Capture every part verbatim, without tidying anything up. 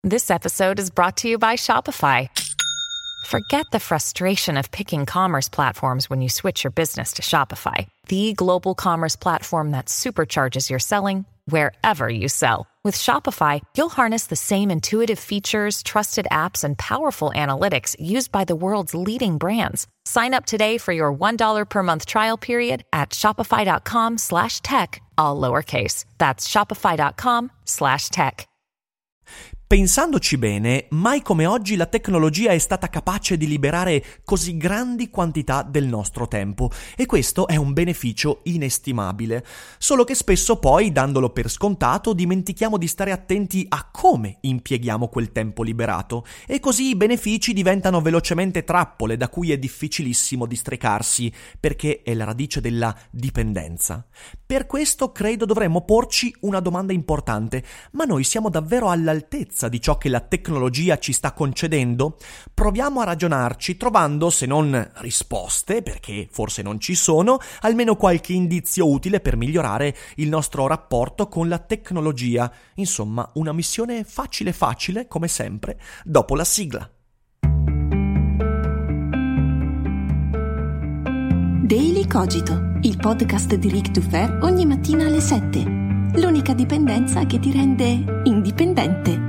This episode is brought to you by Shopify. Forget the frustration of picking commerce platforms when you switch your business to Shopify, the global commerce platform that supercharges your selling wherever you sell. With Shopify, you'll harness the same intuitive features, trusted apps, and powerful analytics used by the world's leading brands. Sign up today for your one dollar per month trial period at shopify.com slash tech, all lowercase. That's shopify.com slash tech. Pensandoci bene, mai come oggi la tecnologia è stata capace di liberare così grandi quantità del nostro tempo, e questo è un beneficio inestimabile. Solo che spesso poi, dandolo per scontato, dimentichiamo di stare attenti a come impieghiamo quel tempo liberato, e così i benefici diventano velocemente trappole da cui è difficilissimo districarsi, perché è la radice della dipendenza. Per questo credo dovremmo porci una domanda importante: ma noi siamo davvero all'altezza di ciò che la tecnologia ci sta concedendo? Proviamo a ragionarci trovando, se non risposte, perché forse non ci sono, almeno qualche indizio utile per migliorare il nostro rapporto con la tecnologia. Insomma, una missione facile facile, come sempre, dopo la sigla. Daily Cogito, il podcast di Rick Dufer ogni mattina alle sette. L'unica dipendenza che ti rende indipendente.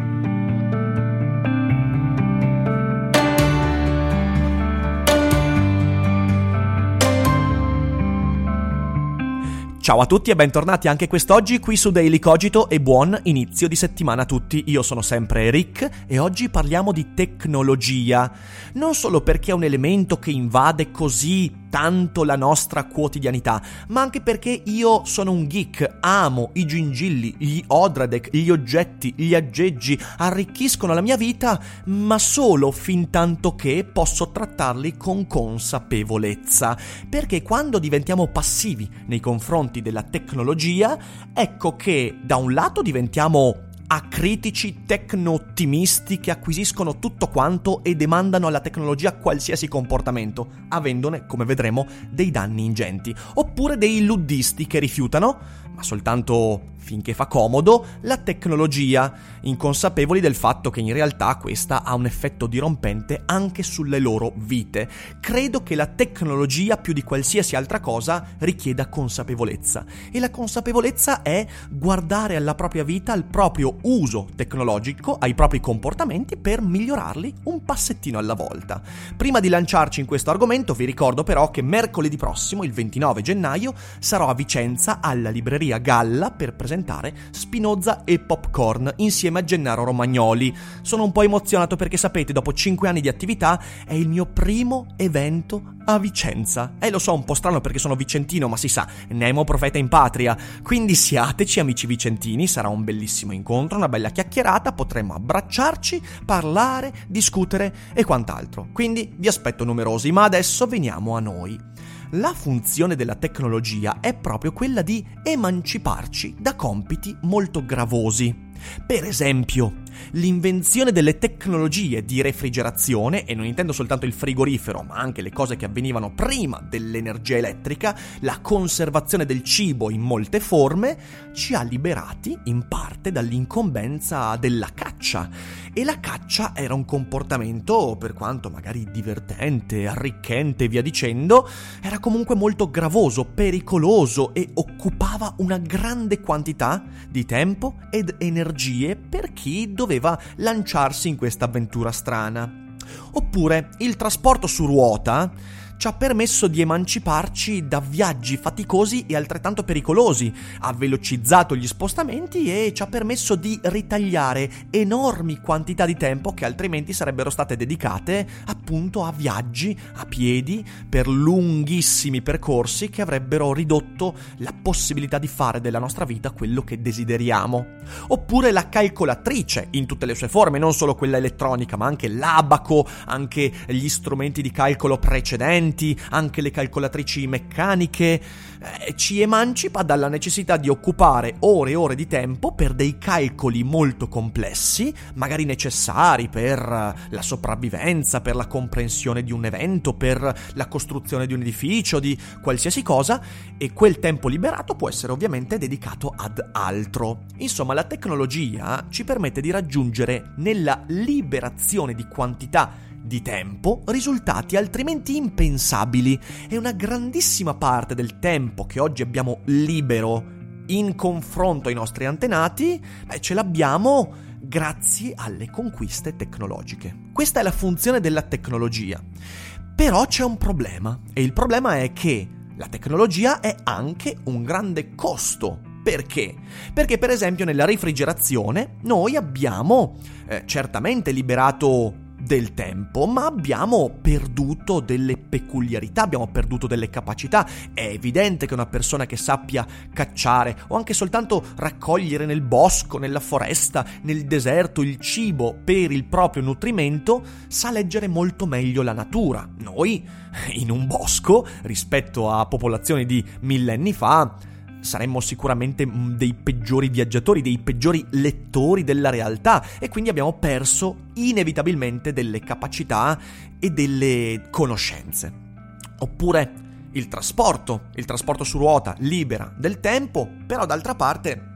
Ciao a tutti e bentornati anche quest'oggi qui su Daily Cogito e buon inizio di settimana a tutti. Io sono sempre Rick e oggi parliamo di tecnologia, non solo perché è un elemento che invade così tanto la nostra quotidianità, ma anche perché io sono un geek, amo i gingilli, gli odradek, gli oggetti, gli aggeggi, arricchiscono la mia vita, ma solo fin tanto che posso trattarli con consapevolezza, perché quando diventiamo passivi nei confronti della tecnologia, ecco che da un lato diventiamo acritici tecno-ottimisti che acquisiscono tutto quanto e demandano alla tecnologia qualsiasi comportamento, avendone, come vedremo, dei danni ingenti, oppure dei luddisti che rifiutano, ma soltanto finché fa comodo, la tecnologia, inconsapevoli del fatto che in realtà questa ha un effetto dirompente anche sulle loro vite. Credo che la tecnologia, più di qualsiasi altra cosa, richieda consapevolezza, e la consapevolezza è guardare alla propria vita, al proprio uso tecnologico, ai propri comportamenti per migliorarli un passettino alla volta. Prima di lanciarci in questo argomento vi ricordo però che mercoledì prossimo, il ventinove gennaio, sarò a Vicenza alla libreria Galla per presentare Spinoza e Popcorn insieme a Gennaro Romagnoli. Sono un po' emozionato perché, sapete, dopo cinque anni di attività è il mio primo evento a Vicenza. E eh, lo so, un po' strano perché sono vicentino, ma si sa, nemo profeta in patria. Quindi siateci, amici vicentini, sarà un bellissimo incontro, una bella chiacchierata, potremo abbracciarci, parlare, discutere e quant'altro. Quindi vi aspetto numerosi, ma adesso veniamo a noi. La funzione della tecnologia è proprio quella di emanciparci da compiti molto gravosi. Per esempio, l'invenzione delle tecnologie di refrigerazione, e non intendo soltanto il frigorifero, ma anche le cose che avvenivano prima dell'energia elettrica, la conservazione del cibo in molte forme, ci ha liberati in parte dall'incombenza della caccia. E la caccia era un comportamento, per quanto magari divertente, arricchente e via dicendo, era comunque molto gravoso, pericoloso e occupava una grande quantità di tempo ed energie per chi doveva lanciarsi in questa avventura strana. Oppure il trasporto su ruota ci ha permesso di emanciparci da viaggi faticosi e altrettanto pericolosi, ha velocizzato gli spostamenti e ci ha permesso di ritagliare enormi quantità di tempo che altrimenti sarebbero state dedicate appunto a viaggi a piedi per lunghissimi percorsi che avrebbero ridotto la possibilità di fare della nostra vita quello che desideriamo. Oppure la calcolatrice in tutte le sue forme, non solo quella elettronica, ma anche l'abaco, anche gli strumenti di calcolo precedenti, strumenti, anche le calcolatrici meccaniche, eh, ci emancipa dalla necessità di occupare ore e ore di tempo per dei calcoli molto complessi, magari necessari per la sopravvivenza, per la comprensione di un evento, per la costruzione di un edificio, di qualsiasi cosa, e quel tempo liberato può essere ovviamente dedicato ad altro. Insomma, la tecnologia ci permette di raggiungere nella liberazione di quantità di tempo risultati altrimenti impensabili, e una grandissima parte del tempo che oggi abbiamo libero in confronto ai nostri antenati, beh, ce l'abbiamo grazie alle conquiste tecnologiche. Questa è la funzione della tecnologia. Però c'è un problema, e il problema è che la tecnologia è anche un grande costo. Perché? Perché per esempio nella refrigerazione noi abbiamo eh, certamente liberato del tempo, ma abbiamo perduto delle peculiarità, abbiamo perduto delle capacità. È evidente che una persona che sappia cacciare o anche soltanto raccogliere nel bosco, nella foresta, nel deserto il cibo per il proprio nutrimento sa leggere molto meglio la natura. Noi in un bosco, rispetto a popolazioni di millenni fa, saremmo sicuramente dei peggiori viaggiatori, dei peggiori lettori della realtà, e quindi abbiamo perso inevitabilmente delle capacità e delle conoscenze. Oppure il trasporto, il trasporto su ruota libera del tempo, però d'altra parte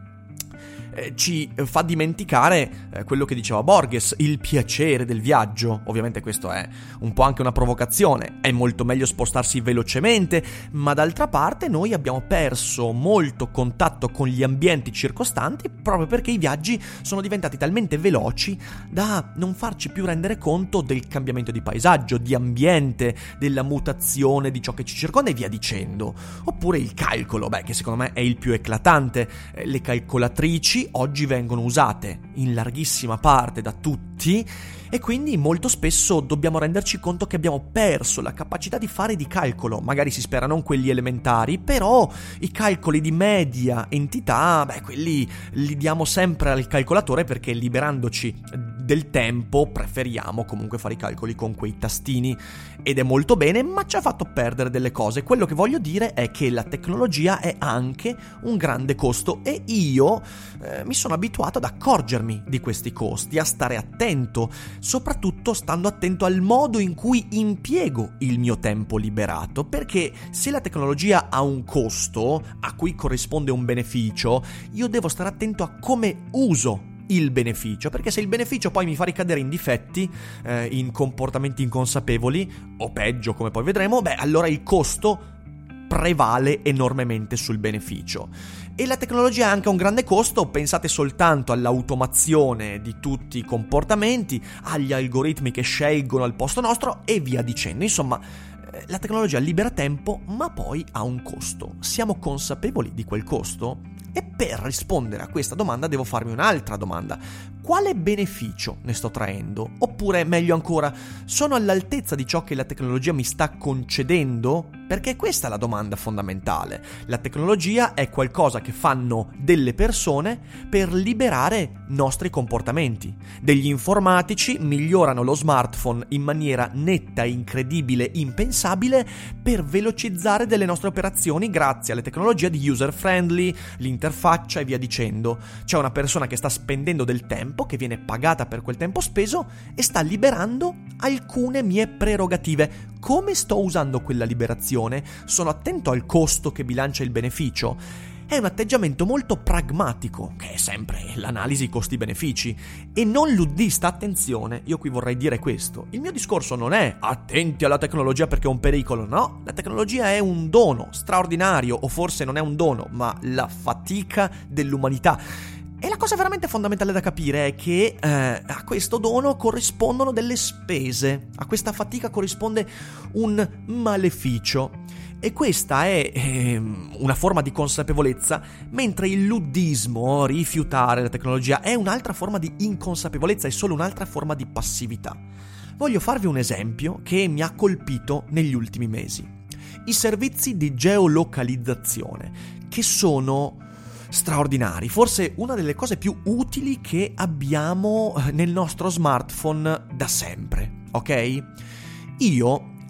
eh, ci fa dimenticare eh, quello che diceva Borges, il piacere del viaggio. Ovviamente questo è un po' anche una provocazione, è molto meglio spostarsi velocemente, ma d'altra parte noi abbiamo perso molto contatto con gli ambienti circostanti proprio perché i viaggi sono diventati talmente veloci da non farci più rendere conto del cambiamento di paesaggio, di ambiente, della mutazione di ciò che ci circonda e via dicendo. Oppure il calcolo, beh, che secondo me è il più eclatante. Eh, le calcolatrici oggi vengono usate in larghissima parte da tutti, e quindi molto spesso dobbiamo renderci conto che abbiamo perso la capacità di fare di calcolo. Magari si spera non quelli elementari, però i calcoli di media entità, beh, quelli li diamo sempre al calcolatore, perché liberandoci del tempo preferiamo comunque fare i calcoli con quei tastini, ed è molto bene, ma ci ha fatto perdere delle cose. Quello che voglio dire è che la tecnologia è anche un grande costo, e io eh, mi sono abituato ad accorgermi di questi costi, a stare attento, soprattutto stando attento al modo in cui impiego il mio tempo liberato, perché se la tecnologia ha un costo a cui corrisponde un beneficio, io devo stare attento a come uso il beneficio, perché se il beneficio poi mi fa ricadere in difetti, eh, in comportamenti inconsapevoli, o peggio come poi vedremo, beh, allora il costo prevale enormemente sul beneficio. E la tecnologia ha anche un grande costo. Pensate soltanto all'automazione di tutti i comportamenti, agli algoritmi che scelgono al posto nostro e via dicendo. Insomma, la tecnologia libera tempo, ma poi ha un costo. Siamo consapevoli di quel costo? E per rispondere a questa domanda devo farmi un'altra domanda: quale beneficio ne sto traendo? Oppure, meglio ancora, sono all'altezza di ciò che la tecnologia mi sta concedendo? Perché questa è la domanda fondamentale. La tecnologia è qualcosa che fanno delle persone per liberare nostri comportamenti. Degli informatici migliorano lo smartphone in maniera netta, incredibile, impensabile, per velocizzare delle nostre operazioni grazie alle tecnologie di user friendly, l'interfaccia e via dicendo. C'è una persona che sta spendendo del tempo, che viene pagata per quel tempo speso e sta liberando alcune mie prerogative. Come sto usando quella liberazione? Sono attento al costo che bilancia il beneficio? È un atteggiamento molto pragmatico, che è sempre l'analisi costi-benefici, e non luddista. Attenzione, io qui vorrei dire questo: il mio discorso non è attenti alla tecnologia perché è un pericolo, no, la tecnologia è un dono straordinario, o forse non è un dono, ma la fatica dell'umanità. E la cosa veramente fondamentale da capire è che eh, a questo dono corrispondono delle spese, a questa fatica corrisponde un maleficio. E questa è eh, una forma di consapevolezza, mentre il luddismo, rifiutare la tecnologia, è un'altra forma di inconsapevolezza, è solo un'altra forma di passività. Voglio farvi un esempio che mi ha colpito negli ultimi mesi. I servizi di geolocalizzazione, che sono straordinari, forse una delle cose più utili che abbiamo nel nostro smartphone da sempre, ok? Io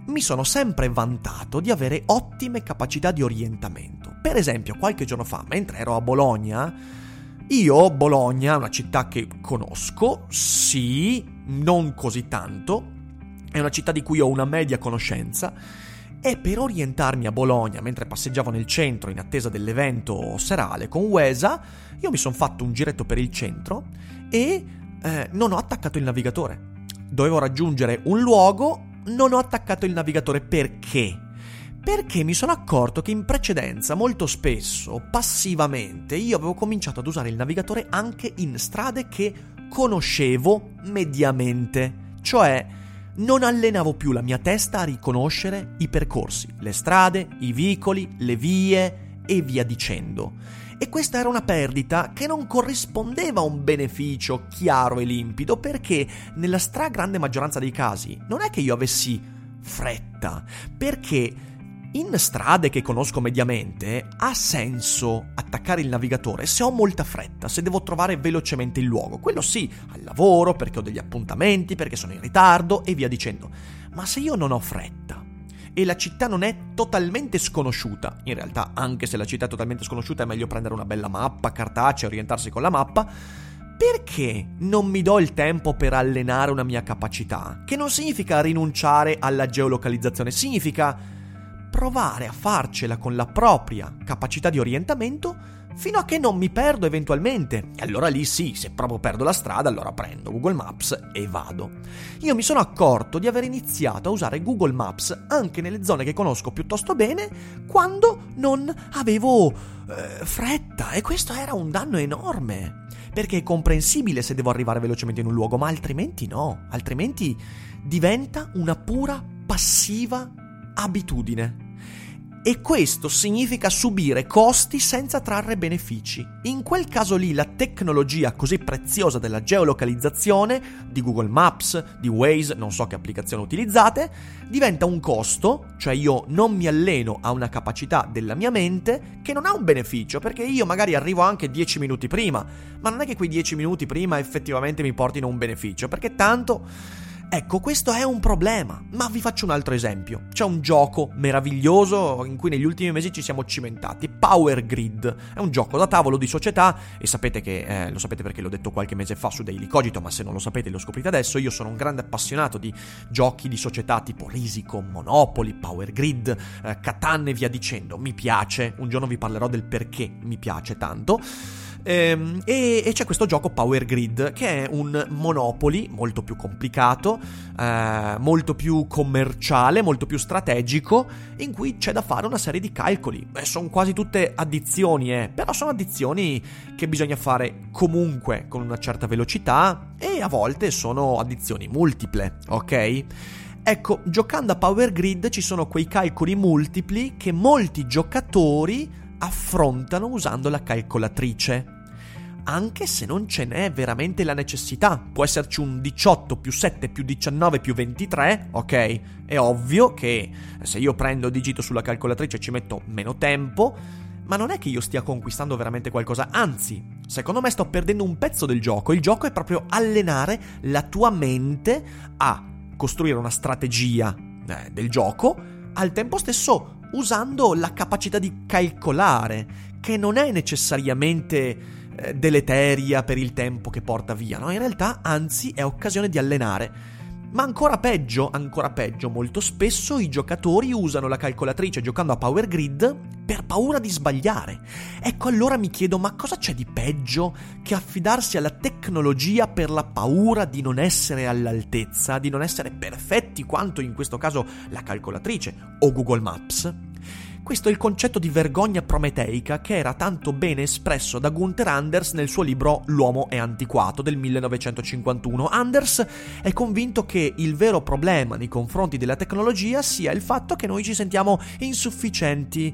mi sono sempre vantato di avere ottime capacità di orientamento. Per esempio, qualche giorno fa, mentre ero a Bologna, io, Bologna, una città che conosco, sì, non così tanto, è una città di cui ho una media conoscenza, e per orientarmi a Bologna, mentre passeggiavo nel centro in attesa dell'evento serale con Wesa, io mi sono fatto un giretto per il centro e eh, non ho attaccato il navigatore. Dovevo raggiungere un luogo, non ho attaccato il navigatore. Perché? Perché mi sono accorto che in precedenza, molto spesso, passivamente, io avevo cominciato ad usare il navigatore anche in strade che conoscevo mediamente. Cioè, non allenavo più la mia testa a riconoscere i percorsi, le strade, i vicoli, le vie e via dicendo. E questa era una perdita che non corrispondeva a un beneficio chiaro e limpido, perché nella stragrande maggioranza dei casi non è che io avessi fretta, perché in strade che conosco mediamente ha senso attaccare il navigatore se ho molta fretta, se devo trovare velocemente il luogo. Quello sì, al lavoro, perché ho degli appuntamenti, perché sono in ritardo e via dicendo. Ma se io non ho fretta e la città non è totalmente sconosciuta, in realtà anche se la città è totalmente sconosciuta è meglio prendere una bella mappa cartacea e orientarsi con la mappa, perché non mi do il tempo per allenare una mia capacità? Che non significa rinunciare alla geolocalizzazione, significa provare a farcela con la propria capacità di orientamento fino a che non mi perdo eventualmente. E allora lì sì, se proprio perdo la strada, allora prendo Google Maps e vado. Io mi sono accorto di aver iniziato a usare Google Maps anche nelle zone che conosco piuttosto bene quando non avevo eh, fretta, e questo era un danno enorme, perché è comprensibile se devo arrivare velocemente in un luogo, ma altrimenti no, altrimenti diventa una pura passiva abitudine. E questo significa subire costi senza trarre benefici. In quel caso lì la tecnologia così preziosa della geolocalizzazione, di Google Maps, di Waze, non so che applicazione utilizzate, diventa un costo, cioè io non mi alleno a una capacità della mia mente che non ha un beneficio, perché io magari arrivo anche dieci minuti prima, ma non è che quei dieci minuti prima effettivamente mi portino un beneficio, perché tanto... Ecco, questo è un problema, ma vi faccio un altro esempio. C'è un gioco meraviglioso in cui negli ultimi mesi ci siamo cimentati, Power Grid. È un gioco da tavolo di società e sapete che, eh, lo sapete perché l'ho detto qualche mese fa su Daily Cogito, ma se non lo sapete lo scoprite adesso, io sono un grande appassionato di giochi di società tipo Risico, Monopoly, Power Grid, eh, Catan e via dicendo. Mi piace, un giorno vi parlerò del perché mi piace tanto. Ehm, e, e c'è questo gioco Power Grid che è un Monopoly molto più complicato, eh, molto più commerciale, molto più strategico, in cui c'è da fare una serie di calcoli. Beh, sono quasi tutte addizioni, eh, però sono addizioni che bisogna fare comunque con una certa velocità e a volte sono addizioni multiple, ok? Ecco, giocando a Power Grid ci sono quei calcoli multipli che molti giocatori affrontano usando la calcolatrice, anche se non ce n'è veramente la necessità. Può esserci un diciotto più sette più diciannove più ventitré, ok? È ovvio che se io prendo e digito sulla calcolatrice ci metto meno tempo, ma non è che io stia conquistando veramente qualcosa, anzi, secondo me sto perdendo un pezzo del gioco. Il gioco è proprio allenare la tua mente a costruire una strategia eh, del gioco, al tempo stesso usando la capacità di calcolare, che non è necessariamente eh, deleteria per il tempo che porta via, no? In realtà, anzi, è occasione di allenare. Ma ancora peggio, ancora peggio, molto spesso i giocatori usano la calcolatrice giocando a Power Grid per paura di sbagliare. Ecco, allora mi chiedo, ma cosa c'è di peggio che affidarsi alla tecnologia per la paura di non essere all'altezza, di non essere perfetti quanto in questo caso la calcolatrice o Google Maps? Questo è il concetto di vergogna prometeica che era tanto bene espresso da Gunther Anders nel suo libro L'uomo è antiquato del millenovecentocinquantuno. Anders è convinto che il vero problema nei confronti della tecnologia sia il fatto che noi ci sentiamo insufficienti,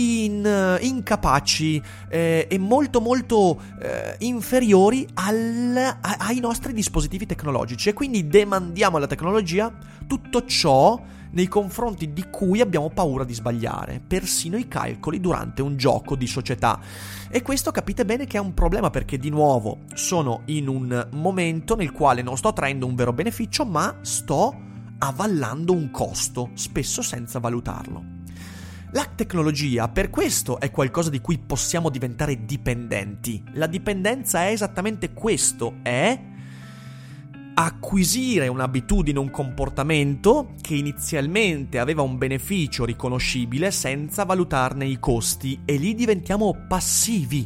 in, incapaci eh, e molto molto eh, inferiori al, a, ai nostri dispositivi tecnologici, e quindi demandiamo alla tecnologia tutto ciò nei confronti di cui abbiamo paura di sbagliare, persino i calcoli durante un gioco di società. E questo capite bene che è un problema, perché di nuovo sono in un momento nel quale non sto traendo un vero beneficio, ma sto avallando un costo, spesso senza valutarlo. La tecnologia, per questo, è qualcosa di cui possiamo diventare dipendenti. La dipendenza è esattamente questo, è acquisire un'abitudine, un comportamento che inizialmente aveva un beneficio riconoscibile senza valutarne i costi, e lì diventiamo passivi.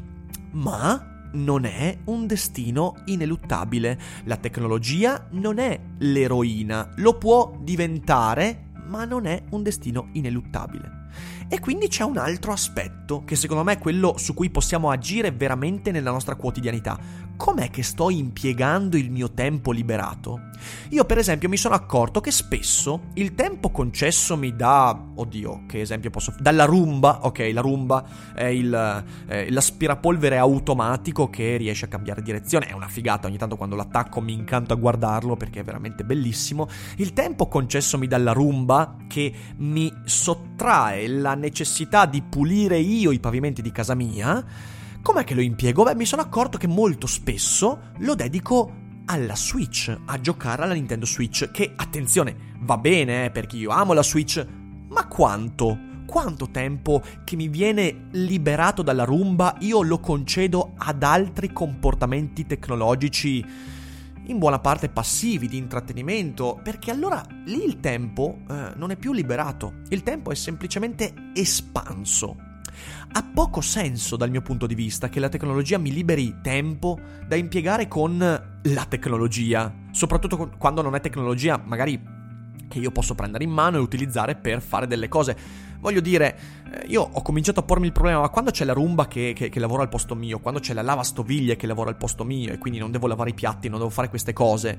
Ma non è un destino ineluttabile. La tecnologia non è l'eroina, lo può diventare, ma non è un destino ineluttabile. E quindi c'è un altro aspetto che secondo me è quello su cui possiamo agire veramente nella nostra quotidianità. Com'è che sto impiegando il mio tempo liberato? Io per esempio mi sono accorto che spesso il tempo concessomi da... Oddio, che esempio posso... Dalla Roomba, ok, la Roomba è il, eh, l'aspirapolvere automatico che riesce a cambiare direzione. È una figata, ogni tanto quando l'attacco mi incanta guardarlo perché è veramente bellissimo. Il tempo concessomi dalla Roomba che mi sottrae la necessità di pulire io i pavimenti di casa mia, com'è che lo impiego? Beh, mi sono accorto che molto spesso lo dedico alla Switch, a giocare alla Nintendo Switch, che, attenzione, va bene, eh, perché io amo la Switch, ma quanto? Quanto tempo che mi viene liberato dalla Roomba io lo concedo ad altri comportamenti tecnologici, in buona parte passivi, di intrattenimento, perché allora lì il tempo eh, non è più liberato, il tempo è semplicemente espanso. Ha poco senso dal mio punto di vista che la tecnologia mi liberi tempo da impiegare con la tecnologia, soprattutto quando non è tecnologia magari che io posso prendere in mano e utilizzare per fare delle cose. Voglio dire, io ho cominciato a pormi il problema, ma quando c'è la Roomba che, che, che lavora al posto mio, quando c'è la lavastoviglie che lavora al posto mio e quindi non devo lavare i piatti, non devo fare queste cose,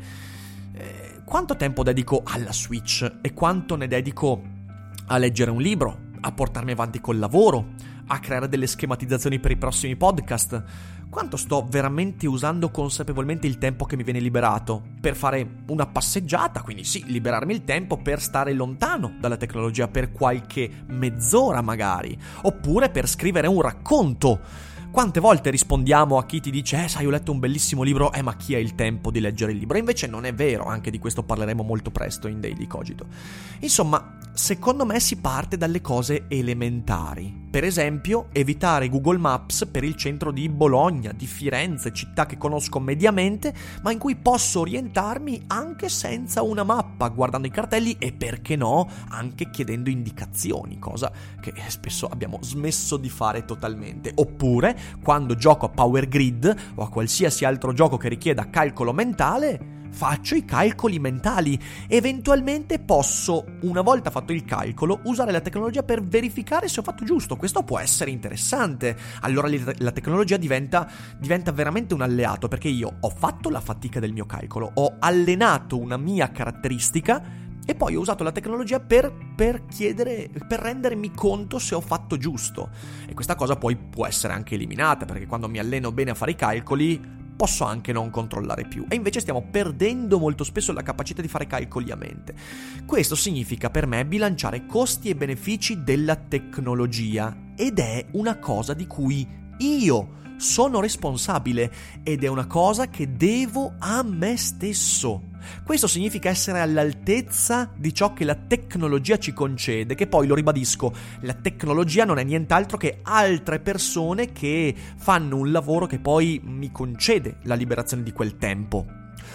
eh, quanto tempo dedico alla Switch e quanto ne dedico a leggere un libro, a portarmi avanti col lavoro, a creare delle schematizzazioni per i prossimi podcast? Quanto sto veramente usando consapevolmente il tempo che mi viene liberato per fare una passeggiata, quindi sì, liberarmi il tempo per stare lontano dalla tecnologia per qualche mezz'ora magari, oppure per scrivere un racconto. Quante volte rispondiamo a chi ti dice eh sai ho letto un bellissimo libro, eh ma chi ha il tempo di leggere il libro? E invece non è vero, anche di questo parleremo molto presto in Daily Cogito. Insomma, secondo me si parte dalle cose elementari. Per esempio, evitare Google Maps per il centro di Bologna, di Firenze, città che conosco mediamente, ma in cui posso orientarmi anche senza una mappa, guardando i cartelli e, perché no, anche chiedendo indicazioni, cosa che spesso abbiamo smesso di fare totalmente. Oppure, quando gioco a Power Grid o a qualsiasi altro gioco che richieda calcolo mentale, faccio i calcoli mentali. Eventualmente posso, una volta fatto il calcolo, usare la tecnologia per verificare se ho fatto giusto. Questo può essere interessante. Allora la tecnologia diventa, diventa veramente un alleato, perché io ho fatto la fatica del mio calcolo, ho allenato una mia caratteristica e poi ho usato la tecnologia per, per chiedere, per rendermi conto se ho fatto giusto. E questa cosa poi può essere anche eliminata, perché quando mi alleno bene a fare i calcoli posso anche non controllare più, e invece stiamo perdendo molto spesso la capacità di fare calcoli a mente. Questo significa per me bilanciare costi e benefici della tecnologia, ed è una cosa di cui io sono responsabile, ed è una cosa che devo a me stesso. Questo significa essere all'altezza di ciò che la tecnologia ci concede, che poi, lo ribadisco, la tecnologia non è nient'altro che altre persone che fanno un lavoro che poi mi concede la liberazione di quel tempo.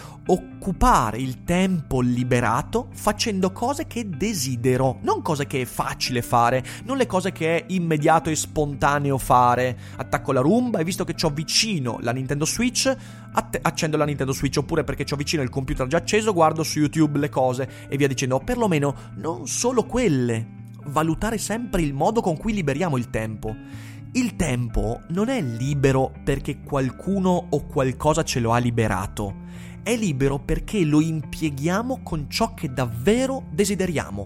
Occupare il tempo liberato facendo cose che desidero, non cose che è facile fare, non le cose che è immediato e spontaneo fare. Attacco la Roomba e visto che c'ho vicino la Nintendo Switch, att- accendo la Nintendo Switch, oppure perché c'ho vicino il computer già acceso, guardo su YouTube le cose e via dicendo. O perlomeno non solo quelle. Valutare sempre il modo con cui liberiamo il tempo. Il tempo non è libero perché qualcuno o qualcosa ce lo ha liberato. È libero perché lo impieghiamo con ciò che davvero desideriamo.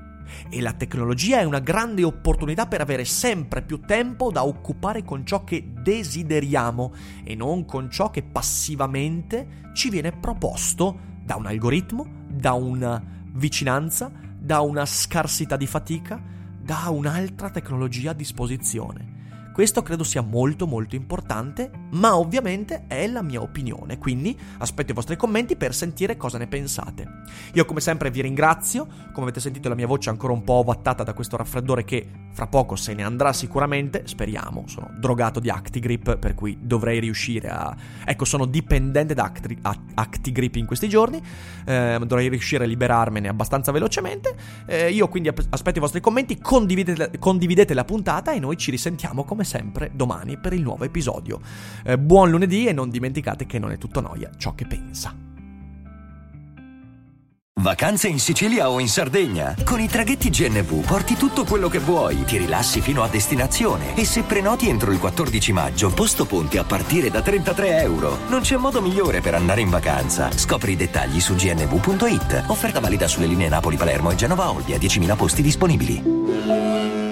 E la tecnologia è una grande opportunità per avere sempre più tempo da occupare con ciò che desideriamo e non con ciò che passivamente ci viene proposto da un algoritmo, da una vicinanza, da una scarsità di fatica, da un'altra tecnologia a disposizione. Questo credo sia molto molto importante, ma ovviamente è la mia opinione, quindi aspetto i vostri commenti per sentire cosa ne pensate. Io come sempre vi ringrazio, come avete sentito la mia voce è ancora un po' ovattata da questo raffreddore che fra poco se ne andrà sicuramente, speriamo, sono drogato di Actigrip per cui dovrei riuscire a... Ecco, sono dipendente da Acti... Actigrip in questi giorni, eh, dovrei riuscire a liberarmene abbastanza velocemente, eh, io quindi aspetto i vostri commenti, condividete, condividete la puntata e noi ci risentiamo come sempre domani per il nuovo episodio. Eh, buon lunedì e non dimenticate che non è tutto noia ciò che pensa. Vacanze in Sicilia o in Sardegna? Con i traghetti G N V porti tutto quello che vuoi, ti rilassi fino a destinazione e se prenoti entro il quattordici maggio, posto ponti a partire da trentatré euro. Non c'è modo migliore per andare in vacanza. Scopri i dettagli su g n v punto i t. Offerta valida sulle linee Napoli-Palermo e Genova-Olbia, diecimila posti disponibili.